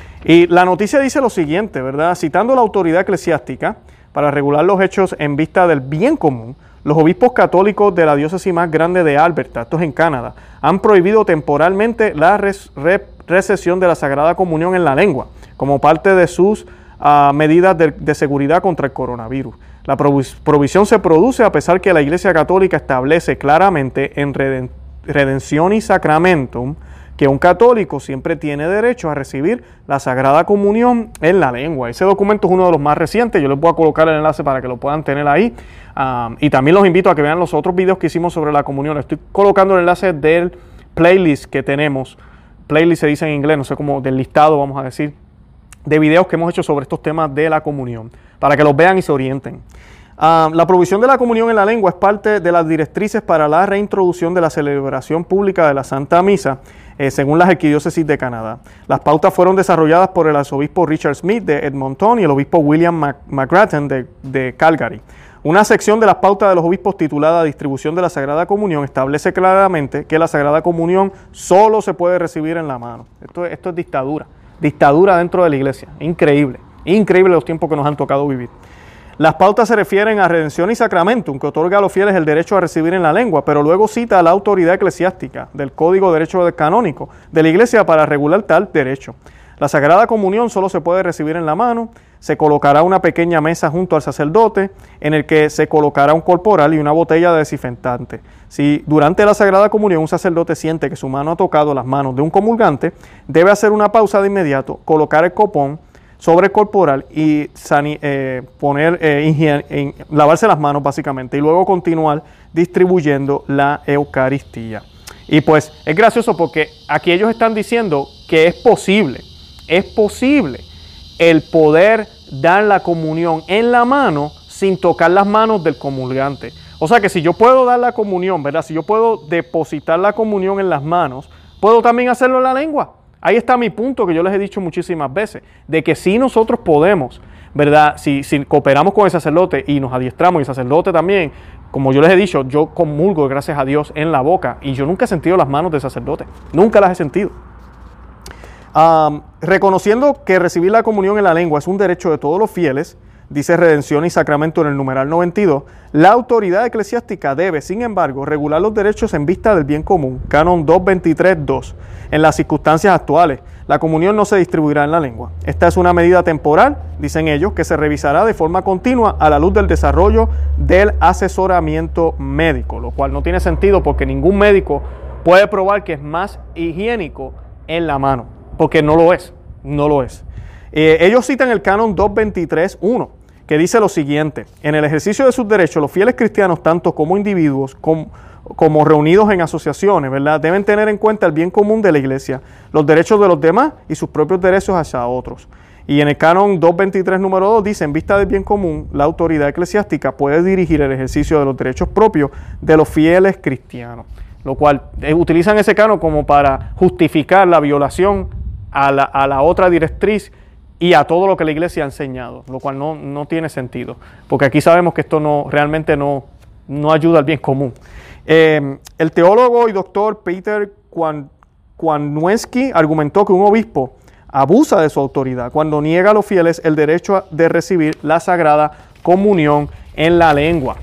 Y la noticia dice lo siguiente, ¿verdad? Citando la autoridad eclesiástica para regular los hechos en vista del bien común, los obispos católicos de la diócesis más grande de Alberta, esto es en Canadá, han prohibido temporalmente la res, re, recesión de la Sagrada Comunión en la lengua, como parte de sus uh, medidas de, de seguridad contra el coronavirus. La provisión se produce a pesar que la Iglesia Católica establece claramente en Reden, Redención y Sacramentum que un católico siempre tiene derecho a recibir la Sagrada Comunión en la lengua. Ese documento es uno de los más recientes, yo les voy a colocar el enlace para que lo puedan tener ahí. Um, y también los invito a que vean los otros videos que hicimos sobre la comunión. Estoy colocando el enlace del playlist que tenemos, playlist se dice en inglés, no sé cómo, del listado vamos a decir, de videos que hemos hecho sobre estos temas de la comunión, para que los vean y se orienten. Uh, la provisión de la comunión en la lengua es parte de las directrices para la reintroducción de la celebración pública de la Santa Misa, eh, según las arquidiócesis de Canadá. Las pautas fueron desarrolladas por el arzobispo Richard Smith de Edmonton y el obispo William McGrattan de, de Calgary. Una sección de las pautas de los obispos titulada Distribución de la Sagrada Comunión establece claramente que la Sagrada Comunión solo se puede recibir en la mano. Esto, esto es dictadura, dictadura dentro de la iglesia. Increíble, increíble los tiempos que nos han tocado vivir. Las pautas se refieren a Redención y Sacramentum, que otorga a los fieles el derecho a recibir en la lengua, pero luego cita a la autoridad eclesiástica del Código de Derecho Canónico de la Iglesia para regular tal derecho. La Sagrada Comunión solo se puede recibir en la mano, se colocará una pequeña mesa junto al sacerdote en el que se colocará un corporal y una botella de desinfectante. Si durante la Sagrada Comunión un sacerdote siente que su mano ha tocado las manos de un comulgante, debe hacer una pausa de inmediato, colocar el copón sobre el corporal y sani, eh, poner, eh, higiene, eh, lavarse las manos básicamente y luego continuar distribuyendo la Eucaristía. Y pues es gracioso porque aquí ellos están diciendo que es posible, es posible el poder dar la comunión en la mano sin tocar las manos del comulgante. O sea que si yo puedo dar la comunión, ¿verdad? Si yo puedo depositar la comunión en las manos, puedo también hacerlo en la lengua. Ahí está mi punto que yo les he dicho muchísimas veces, de que si nosotros podemos, ¿verdad? Si, si cooperamos con el sacerdote y nos adiestramos, y el sacerdote también, como yo les he dicho, yo comulgo, gracias a Dios, en la boca, y yo nunca he sentido las manos del sacerdote, nunca las he sentido. Um, reconociendo que recibir la comunión en la lengua es un derecho de todos los fieles, dice Redención y Sacramento en el numeral noventa y dos, la autoridad eclesiástica debe, sin embargo, regular los derechos en vista del bien común, Canon doscientos veintitrés punto dos. En las circunstancias actuales, la comunión no se distribuirá en la lengua. Esta es una medida temporal, dicen ellos, que se revisará de forma continua a la luz del desarrollo del asesoramiento médico, lo cual no tiene sentido porque ningún médico puede probar que es más higiénico en la mano, porque no lo es, no lo es. Eh, ellos citan el Canon doscientos veintitrés punto uno, que dice lo siguiente: en el ejercicio de sus derechos, los fieles cristianos, tanto como individuos, como, como reunidos en asociaciones, ¿verdad?, deben tener en cuenta el bien común de la iglesia, los derechos de los demás y sus propios derechos hacia otros. Y en el Canon doscientos veintitrés número dos dice: en vista del bien común, la autoridad eclesiástica puede dirigir el ejercicio de los derechos propios de los fieles cristianos. Lo cual eh, utilizan ese canon como para justificar la violación a la, a la otra directriz y a todo lo que la iglesia ha enseñado, lo cual no, no tiene sentido, porque aquí sabemos que esto no realmente no, no ayuda al bien común. Eh, el teólogo y doctor Peter Kwanwski argumentó que un obispo abusa de su autoridad cuando niega a los fieles el derecho de recibir la Sagrada Comunión en la lengua.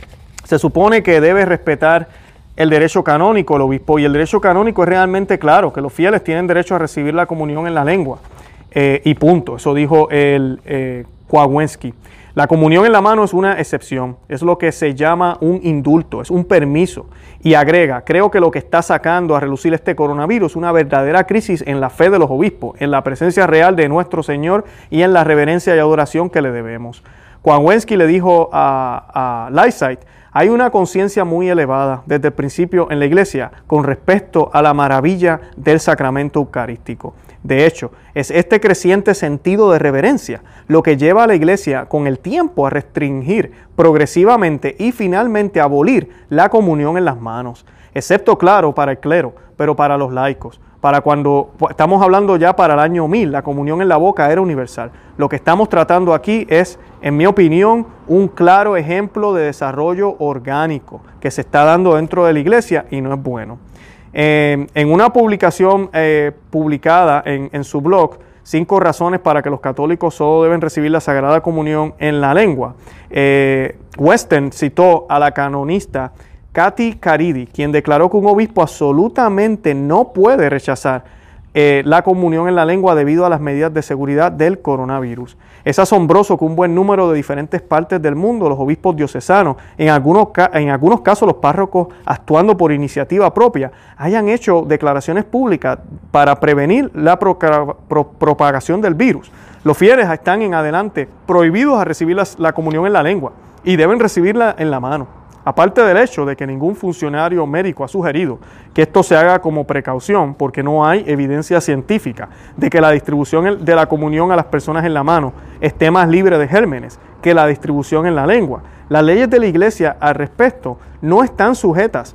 Se supone que debe respetar el derecho canónico el obispo, y el derecho canónico es realmente claro, que los fieles tienen derecho a recibir la comunión en la lengua. Eh, y punto, eso dijo el eh, Kwanwski. La comunión en la mano es una excepción, es lo que se llama un indulto, es un permiso. Y agrega: creo que lo que está sacando a relucir este coronavirus es una verdadera crisis en la fe de los obispos, en la presencia real de nuestro Señor y en la reverencia y adoración que le debemos. Kwanwski le dijo a, a Lysite: hay una conciencia muy elevada desde el principio en la iglesia con respecto a la maravilla del sacramento eucarístico. De hecho, es este creciente sentido de reverencia lo que lleva a la iglesia con el tiempo a restringir progresivamente y finalmente a abolir la comunión en las manos, excepto, claro, para el clero, pero para los laicos. Para cuando estamos hablando ya para el año mil, la comunión en la boca era universal. Lo que estamos tratando aquí es, en mi opinión, un claro ejemplo de desarrollo orgánico que se está dando dentro de la iglesia y no es bueno. Eh, en una publicación eh, publicada en, en su blog, Cinco razones para que los católicos solo deben recibir la Sagrada Comunión en la lengua, eh, Weston citó a la canonista Kathy Caridi, quien declaró que un obispo absolutamente no puede rechazar eh, la comunión en la lengua debido a las medidas de seguridad del coronavirus. Es asombroso que un buen número de diferentes partes del mundo, los obispos diocesanos, en algunos, en algunos casos los párrocos actuando por iniciativa propia, hayan hecho declaraciones públicas para prevenir la pro, pro, propagación del virus. Los fieles están en adelante prohibidos a recibir la, la comunión en la lengua y deben recibirla en la mano. Aparte del hecho de que ningún funcionario médico ha sugerido que esto se haga como precaución, porque no hay evidencia científica de que la distribución de la comunión a las personas en la mano esté más libre de gérmenes que la distribución en la lengua. Las leyes de la Iglesia al respecto no están sujetas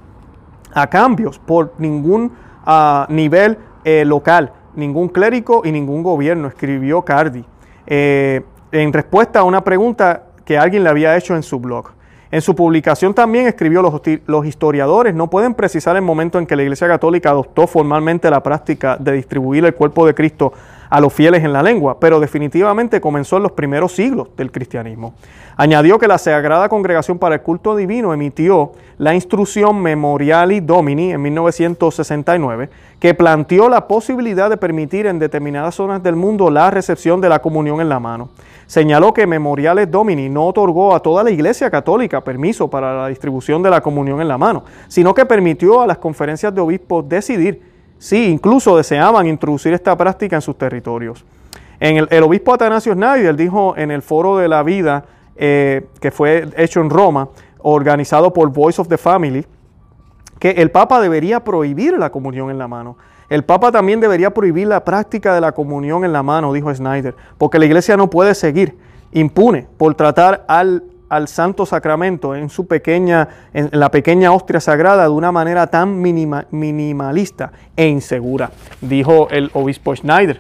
a cambios por ningún uh, nivel eh, local, ningún clérigo y ningún gobierno, escribió Cardi, eh, en respuesta a una pregunta que alguien le había hecho en su blog. En su publicación también escribió: los, los historiadores no pueden precisar el momento en que la Iglesia Católica adoptó formalmente la práctica de distribuir el cuerpo de Cristo a los fieles en la lengua, pero definitivamente comenzó en los primeros siglos del cristianismo. Añadió que la Sagrada Congregación para el Culto Divino emitió la instrucción Memoriali Domini en mil novecientos sesenta y nueve, que planteó la posibilidad de permitir en determinadas zonas del mundo la recepción de la comunión en la mano. Señaló que Memoriale Domini no otorgó a toda la Iglesia Católica permiso para la distribución de la comunión en la mano, sino que permitió a las conferencias de obispos decidir si incluso deseaban introducir esta práctica en sus territorios. En el, el obispo Atanasio Schneider dijo en el Foro de la Vida, eh, que fue hecho en Roma, organizado por Voice of the Family, que el Papa debería prohibir la comunión en la mano. El Papa también debería prohibir la práctica de la comunión en la mano, dijo Snyder, porque la Iglesia no puede seguir impune por tratar al, al Santo Sacramento en su pequeña, en la pequeña hostia sagrada de una manera tan minima, minimalista e insegura, dijo el obispo Snyder.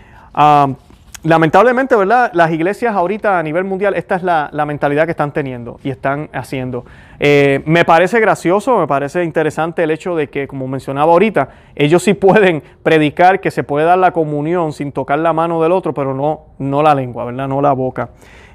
Um, Lamentablemente, ¿verdad? Las iglesias ahorita a nivel mundial, esta es la, la mentalidad que están teniendo y están haciendo. Eh, me parece gracioso, me parece interesante el hecho de que, como mencionaba ahorita, ellos sí pueden predicar que se puede dar la comunión sin tocar la mano del otro, pero no, no la lengua, ¿verdad? No la boca.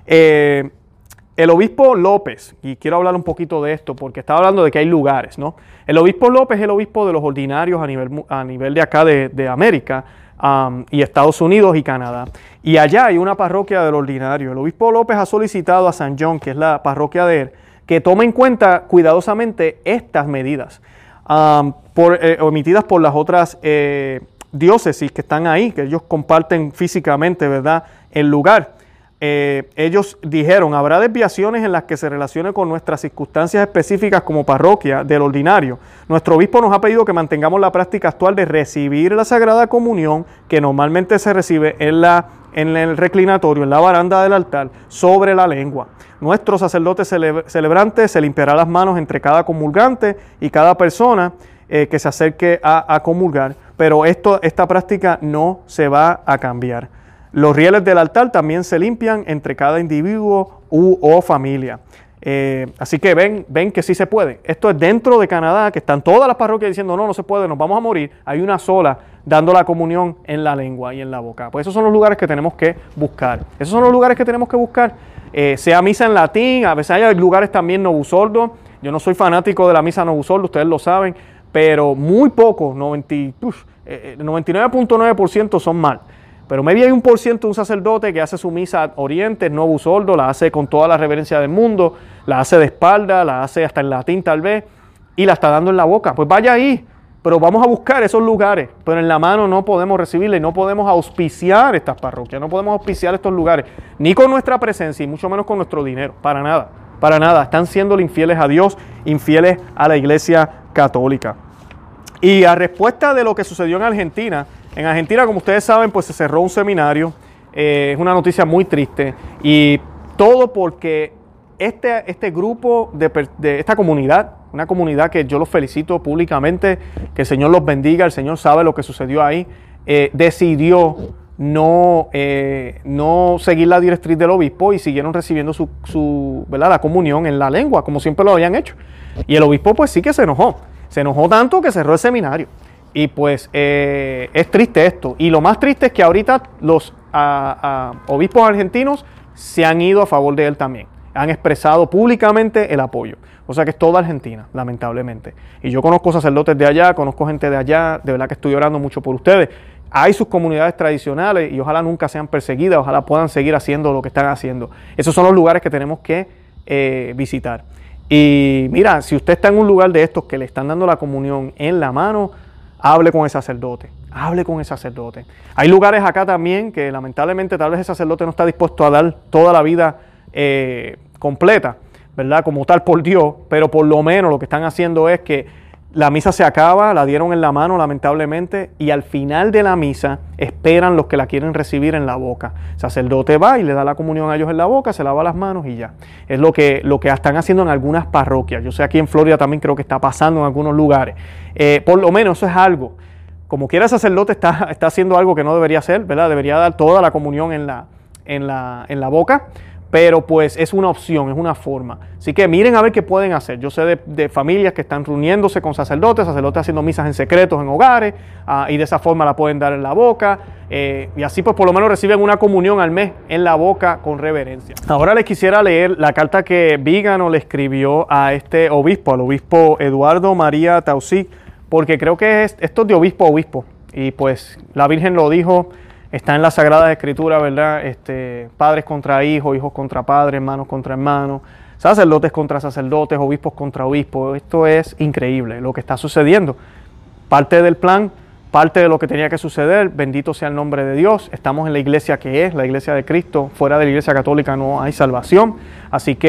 Eh, el obispo López, y quiero hablar un poquito de esto porque estaba hablando de que hay lugares, ¿no? El obispo López es el obispo de los ordinarios a nivel, a nivel de acá de, de América, Um, y Estados Unidos y Canadá. Y allá hay una parroquia del ordinario. El obispo López ha solicitado a San John, que es la parroquia de él, que tome en cuenta cuidadosamente estas medidas, um, por, eh, omitidas por las otras eh, diócesis que están ahí, que ellos comparten físicamente, ¿verdad?, el lugar. Eh, ellos dijeron, habrá desviaciones en las que se relacione con nuestras circunstancias específicas como parroquia del ordinario. Nuestro obispo nos ha pedido que mantengamos la práctica actual de recibir la Sagrada Comunión, que normalmente se recibe en, la, en el reclinatorio, en la baranda del altar, sobre la lengua. Nuestro sacerdote cele, celebrante se limpiará las manos entre cada comulgante y cada persona eh, que se acerque a, a comulgar, pero esto, esta práctica no se va a cambiar. Los rieles del altar también se limpian entre cada individuo u, o familia. Eh, así que ven, ven que sí se puede. Esto es dentro de Canadá, que están todas las parroquias diciendo no, no se puede, nos vamos a morir. Hay una sola dando la comunión en la lengua y en la boca. Pues esos son los lugares que tenemos que buscar. Esos son los lugares que tenemos que buscar. Eh, sea misa en latín, a veces hay lugares también novusordo. Yo no soy fanático de la misa novusordo, ustedes lo saben, pero muy pocos, noventa, uf, eh, noventa y nueve punto nueve por ciento son mal. Pero maybe hay un por ciento de un sacerdote que hace su misa oriente, no busordo, la hace con toda la reverencia del mundo, la hace de espalda, la hace hasta en latín tal vez, y la está dando en la boca. Pues vaya ahí, pero vamos a buscar esos lugares. Pero en la mano no podemos recibirla y no podemos auspiciar estas parroquias, no podemos auspiciar estos lugares, ni con nuestra presencia y mucho menos con nuestro dinero, para nada, para nada. Están siendo infieles a Dios, infieles a la Iglesia Católica. Y a respuesta de lo que sucedió en Argentina, en Argentina, como ustedes saben, pues se cerró un seminario, eh, es una noticia muy triste, y todo porque este, este grupo, de, de esta comunidad, una comunidad que yo los felicito públicamente, que el Señor los bendiga, el Señor sabe lo que sucedió ahí, eh, decidió no, eh, no seguir la directriz del obispo y siguieron recibiendo su, su, ¿verdad?, la comunión en la lengua, como siempre lo habían hecho. Y el obispo pues sí que se enojó, se enojó tanto que cerró el seminario. Y pues eh, es triste esto. Y lo más triste es que ahorita los a, a, obispos argentinos se han ido a favor de él también. Han expresado públicamente el apoyo. O sea que es toda Argentina, lamentablemente. Y yo conozco sacerdotes de allá, conozco gente de allá, de verdad que estoy orando mucho por ustedes. Hay sus comunidades tradicionales y ojalá nunca sean perseguidas, ojalá puedan seguir haciendo lo que están haciendo. Esos son los lugares que tenemos que eh, visitar. Y mira, si usted está en un lugar de estos que le están dando la comunión en la mano, hable con el sacerdote, hable con el sacerdote. Hay lugares acá también que lamentablemente tal vez el sacerdote no está dispuesto a dar toda la vida eh, completa, ¿verdad?, como tal por Dios, pero por lo menos lo que están haciendo es que la misa se acaba, la dieron en la mano lamentablemente, y al final de la misa esperan los que la quieren recibir en la boca. El sacerdote va y le da la comunión a ellos en la boca, se lava las manos y ya. Es lo que, lo que están haciendo en algunas parroquias. Yo sé aquí en Florida también creo que está pasando en algunos lugares. Eh, por lo menos eso es algo. Como quiera el sacerdote está, está haciendo algo que no debería hacer, ¿verdad? Debería dar toda la comunión en la, en la, en la boca. Pero pues es una opción, es una forma. Así que miren a ver qué pueden hacer. Yo sé de, de familias que están reuniéndose con sacerdotes, sacerdotes haciendo misas en secretos en hogares, uh, y de esa forma la pueden dar en la boca. Eh, y así pues por lo menos reciben una comunión al mes en la boca con reverencia. Ahora les quisiera leer la carta que Vígano le escribió a este obispo, al obispo Eduardo María Tausig, porque creo que es, esto es de obispo a obispo. Y pues la Virgen lo dijo. Está en la Sagrada Escritura, ¿verdad? Este, padres contra hijos, hijos contra padres, hermanos contra hermanos, sacerdotes contra sacerdotes, obispos contra obispos. Esto es increíble lo que está sucediendo. Parte del plan, parte de lo que tenía que suceder. Bendito sea el nombre de Dios. Estamos en la iglesia que es, la iglesia de Cristo. Fuera de la iglesia católica no hay salvación. Así que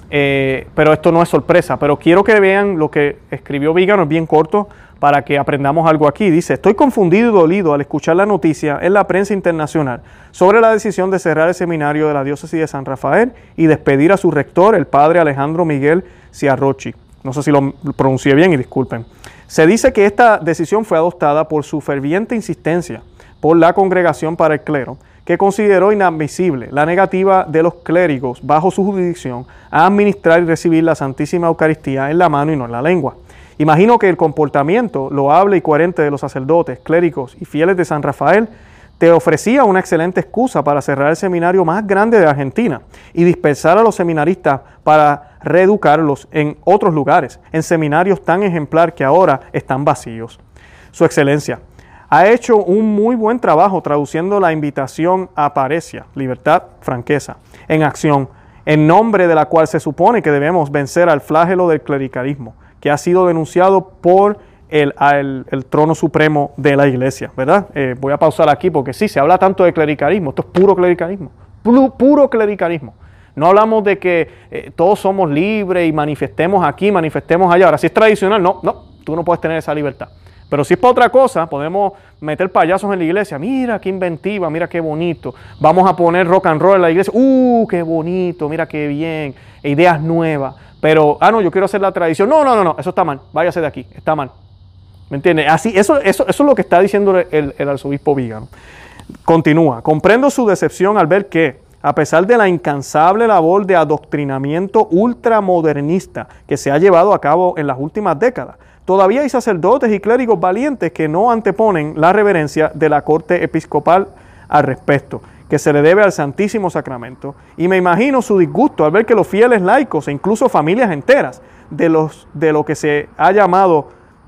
eh, pero esto no es sorpresa. Pero quiero que vean lo que escribió Vígano, es bien corto, para que aprendamos algo aquí. Dice: estoy confundido y dolido al escuchar la noticia en la prensa internacional sobre la decisión de cerrar el seminario de la diócesis de San Rafael y despedir a su rector, el padre Alejandro Miguel Ciarrochi. No sé si lo pronuncié bien y disculpen. Se dice que esta decisión fue adoptada por su ferviente insistencia por la Congregación para el Clero, que consideró inadmisible la negativa de los clérigos bajo su jurisdicción a administrar y recibir la Santísima Eucaristía en la mano y no en la lengua. Imagino que el comportamiento loable y coherente de los sacerdotes, clérigos y fieles de San Rafael te ofrecía una excelente excusa para cerrar el seminario más grande de Argentina y dispersar a los seminaristas para reeducarlos en otros lugares, en seminarios tan ejemplar que ahora están vacíos. Su Excelencia ha hecho un muy buen trabajo traduciendo la invitación a paresia, libertad, franqueza, en acción, en nombre de la cual se supone que debemos vencer al flagelo del clericalismo, que ha sido denunciado por el, el, el trono supremo de la Iglesia, ¿verdad? Eh, voy a pausar aquí porque sí, se habla tanto de clericalismo, esto es puro clericalismo, puro, puro clericalismo. No hablamos de que eh, todos somos libres y manifestemos aquí, manifestemos allá. Ahora, si es tradicional, no, no, tú no puedes tener esa libertad. Pero si es para otra cosa, podemos meter payasos en la iglesia. Mira qué inventiva, mira qué bonito. Vamos a poner rock and roll en la iglesia. ¡Uh, qué bonito! Mira qué bien. Ideas nuevas. Pero, ah, no, yo quiero hacer la tradición. No, no, no, no, eso está mal. Váyase de aquí, está mal. ¿Me entiendes? Así, eso, eso, eso es lo que está diciendo el, el arzobispo Vígano. Continúa. Comprendo su decepción al ver que, a pesar de la incansable labor de adoctrinamiento ultramodernista que se ha llevado a cabo en las últimas décadas, todavía hay sacerdotes y clérigos valientes que no anteponen la reverencia de la corte episcopal al respecto, que se le debe al Santísimo Sacramento, y me imagino su disgusto al ver que los fieles laicos e incluso familias enteras de, los, de lo que se ha llamado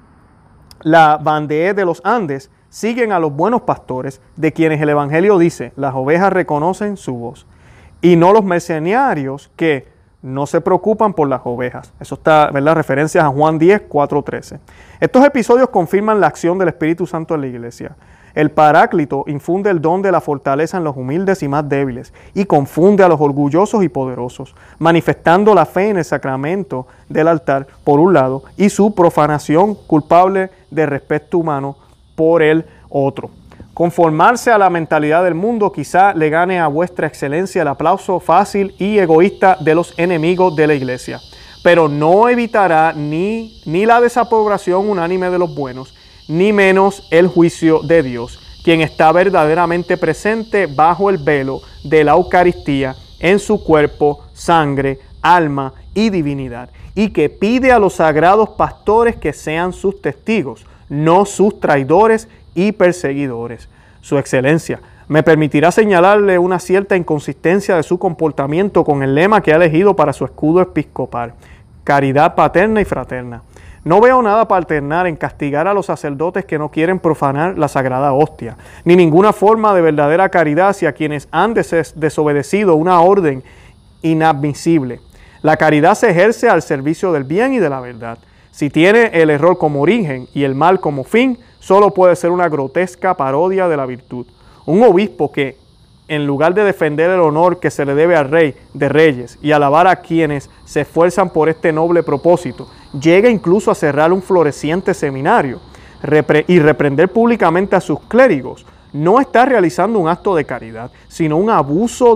la Vendée de los Andes siguen a los buenos pastores, de quienes el Evangelio dice: las ovejas reconocen su voz, y no los mercenarios que no se preocupan por las ovejas. Eso está, ¿verdad? Referencias a Juan diez, cuatro, trece. Estos episodios confirman la acción del Espíritu Santo en la iglesia. El Paráclito infunde el don de la fortaleza en los humildes y más débiles y confunde a los orgullosos y poderosos, manifestando la fe en el sacramento del altar, por un lado, y su profanación culpable de respeto humano por el otro. Conformarse a la mentalidad del mundo quizá le gane a vuestra excelencia el aplauso fácil y egoísta de los enemigos de la iglesia, pero no evitará ni, ni la desaprobación unánime de los buenos, ni menos el juicio de Dios, quien está verdaderamente presente bajo el velo de la Eucaristía en su cuerpo, sangre, alma y divinidad, y que pide a los sagrados pastores que sean sus testigos, no sus traidores y perseguidores. Su Excelencia me permitirá señalarle una cierta inconsistencia de su comportamiento con el lema que ha elegido para su escudo episcopal: caridad paterna y fraterna. No veo nada paternar en castigar a los sacerdotes que no quieren profanar la sagrada hostia, ni ninguna forma de verdadera caridad hacia quienes han des- desobedecido una orden inadmisible. La caridad se ejerce al servicio del bien y de la verdad. Si tiene el error como origen y el mal como fin, solo puede ser una grotesca parodia de la virtud. Un obispo que, en lugar de defender el honor que se le debe al Rey de Reyes y alabar a quienes se esfuerzan por este noble propósito, llega incluso a cerrar un floreciente seminario repre- y reprender públicamente a sus clérigos, no está realizando un acto de caridad, sino un abuso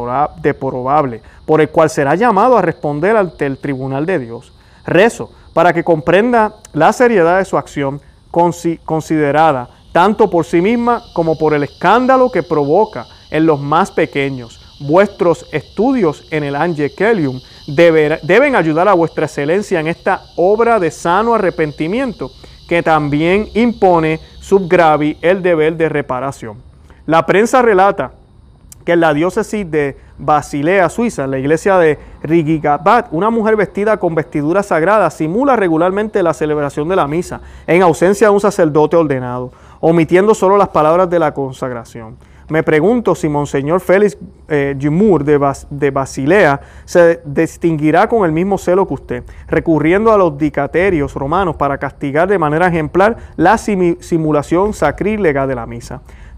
deplorable, por el cual será llamado a responder ante el tribunal de Dios. Rezo para que comprenda la seriedad de su acción, considerada tanto por sí misma como por el escándalo que provoca en los más pequeños. Vuestros estudios en el Anglicanium deber, deben ayudar a vuestra excelencia en esta obra de sano arrepentimiento, que también impone sub gravi el deber de reparación. La prensa relata que en la diócesis de Basilea, Suiza, en la iglesia de Rigigabat, una mujer vestida con vestiduras sagradas simula regularmente la celebración de la misa, en ausencia de un sacerdote ordenado, omitiendo solo las palabras de la consagración. Me pregunto si Monseñor Félix eh, Gimur de, Bas, de Basilea se distinguirá con el mismo celo que usted, recurriendo a los dicaterios romanos para castigar de manera ejemplar la sim simulación sacrílega de la misa.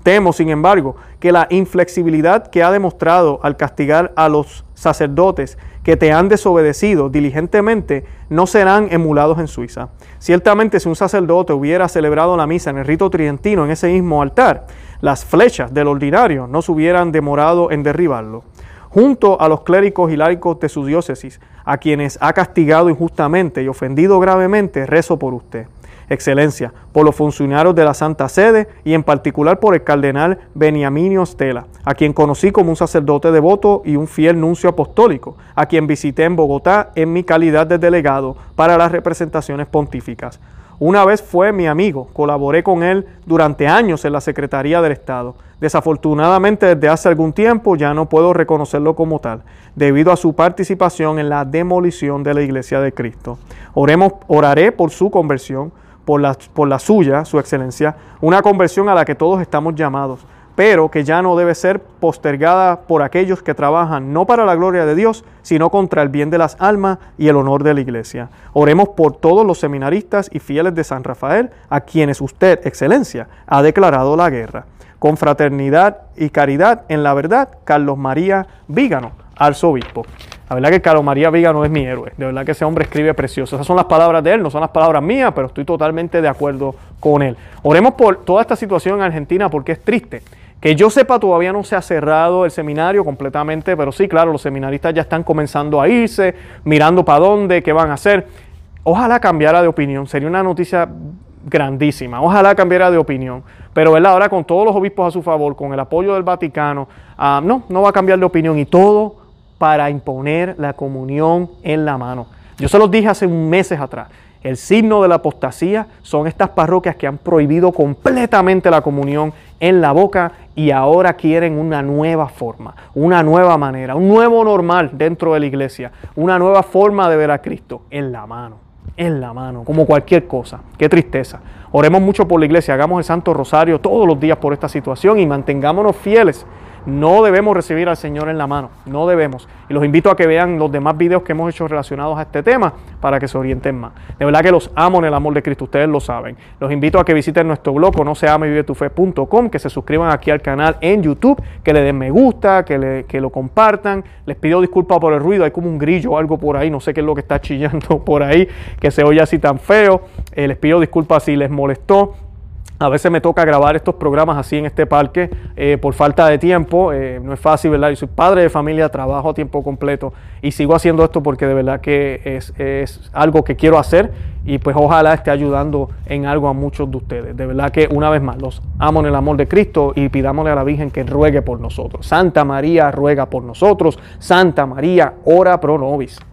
Temo, sin embargo, que la inflexibilidad que ha demostrado al castigar a los sacerdotes que te han desobedecido diligentemente no serán emulados en Suiza. Ciertamente, si un sacerdote hubiera celebrado la misa en el rito tridentino en ese mismo altar, las flechas del ordinario no se hubieran demorado en derribarlo. Junto a los clérigos y laicos de su diócesis, a quienes ha castigado injustamente y ofendido gravemente, rezo por usted, Excelencia, por los funcionarios de la Santa Sede y en particular por el cardenal Beniaminio Stella, a quien conocí como un sacerdote devoto y un fiel nuncio apostólico, a quien visité en Bogotá en mi calidad de delegado para las representaciones pontíficas. Una vez fue mi amigo, colaboré con él durante años en la Secretaría del Estado. Desafortunadamente, desde hace algún tiempo ya no puedo reconocerlo como tal, debido a su participación en la demolición de la Iglesia de Cristo. Oremos, oraré por su conversión, por la, por la suya, su excelencia, una conversión a la que todos estamos llamados, pero que ya no debe ser postergada por aquellos que trabajan no para la gloria de Dios, sino contra el bien de las almas y el honor de la Iglesia. Oremos por todos los seminaristas y fieles de San Rafael, a quienes usted, excelencia, ha declarado la guerra. Con fraternidad y caridad en la verdad, Carlos María Vígano, arzobispo. La verdad que Carlos María Vígano es mi héroe, de verdad que ese hombre escribe precioso. Esas son las palabras de él, no son las palabras mías, pero estoy totalmente de acuerdo con él. Oremos por toda esta situación en Argentina porque es triste. Que yo sepa, todavía no se ha cerrado el seminario completamente, pero sí, claro, los seminaristas ya están comenzando a irse, mirando para dónde, qué van a hacer. Ojalá cambiara de opinión, sería una noticia grandísima, ojalá cambiara de opinión, pero ¿verdad? Ahora con todos los obispos a su favor, con el apoyo del Vaticano, uh, no, no va a cambiar de opinión y todo para imponer la comunión en la mano. Yo se los dije hace meses atrás, el signo de la apostasía son estas parroquias que han prohibido completamente la comunión en la boca y ahora quieren una nueva forma, una nueva manera, un nuevo normal dentro de la iglesia, una nueva forma de ver a Cristo en la mano. En la mano, como cualquier cosa. Qué tristeza. Oremos mucho por la iglesia, hagamos el Santo Rosario todos los días por esta situación y mantengámonos fieles. No debemos recibir al Señor en la mano, no debemos. Y los invito a que vean los demás videos que hemos hecho relacionados a este tema para que se orienten más. De verdad que los amo en el amor de Cristo, ustedes lo saben. Los invito a que visiten nuestro blog conoceame y vive tu fe punto com, que se suscriban aquí al canal en YouTube, que le den me gusta, que, le, que lo compartan. Les pido disculpas por el ruido, hay como un grillo o algo por ahí, no sé qué es lo que está chillando por ahí, que se oye así tan feo. Eh, les pido disculpas si les molestó. A veces me toca grabar estos programas así en este parque eh, por falta de tiempo. Eh, no es fácil, ¿verdad? Yo soy padre de familia, trabajo a tiempo completo y sigo haciendo esto porque de verdad que es, es algo que quiero hacer y pues ojalá esté ayudando en algo a muchos de ustedes. De verdad que una vez más los amo en el amor de Cristo y pidámosle a la Virgen que ruegue por nosotros. Santa María ruega por nosotros. Santa María ora pro nobis.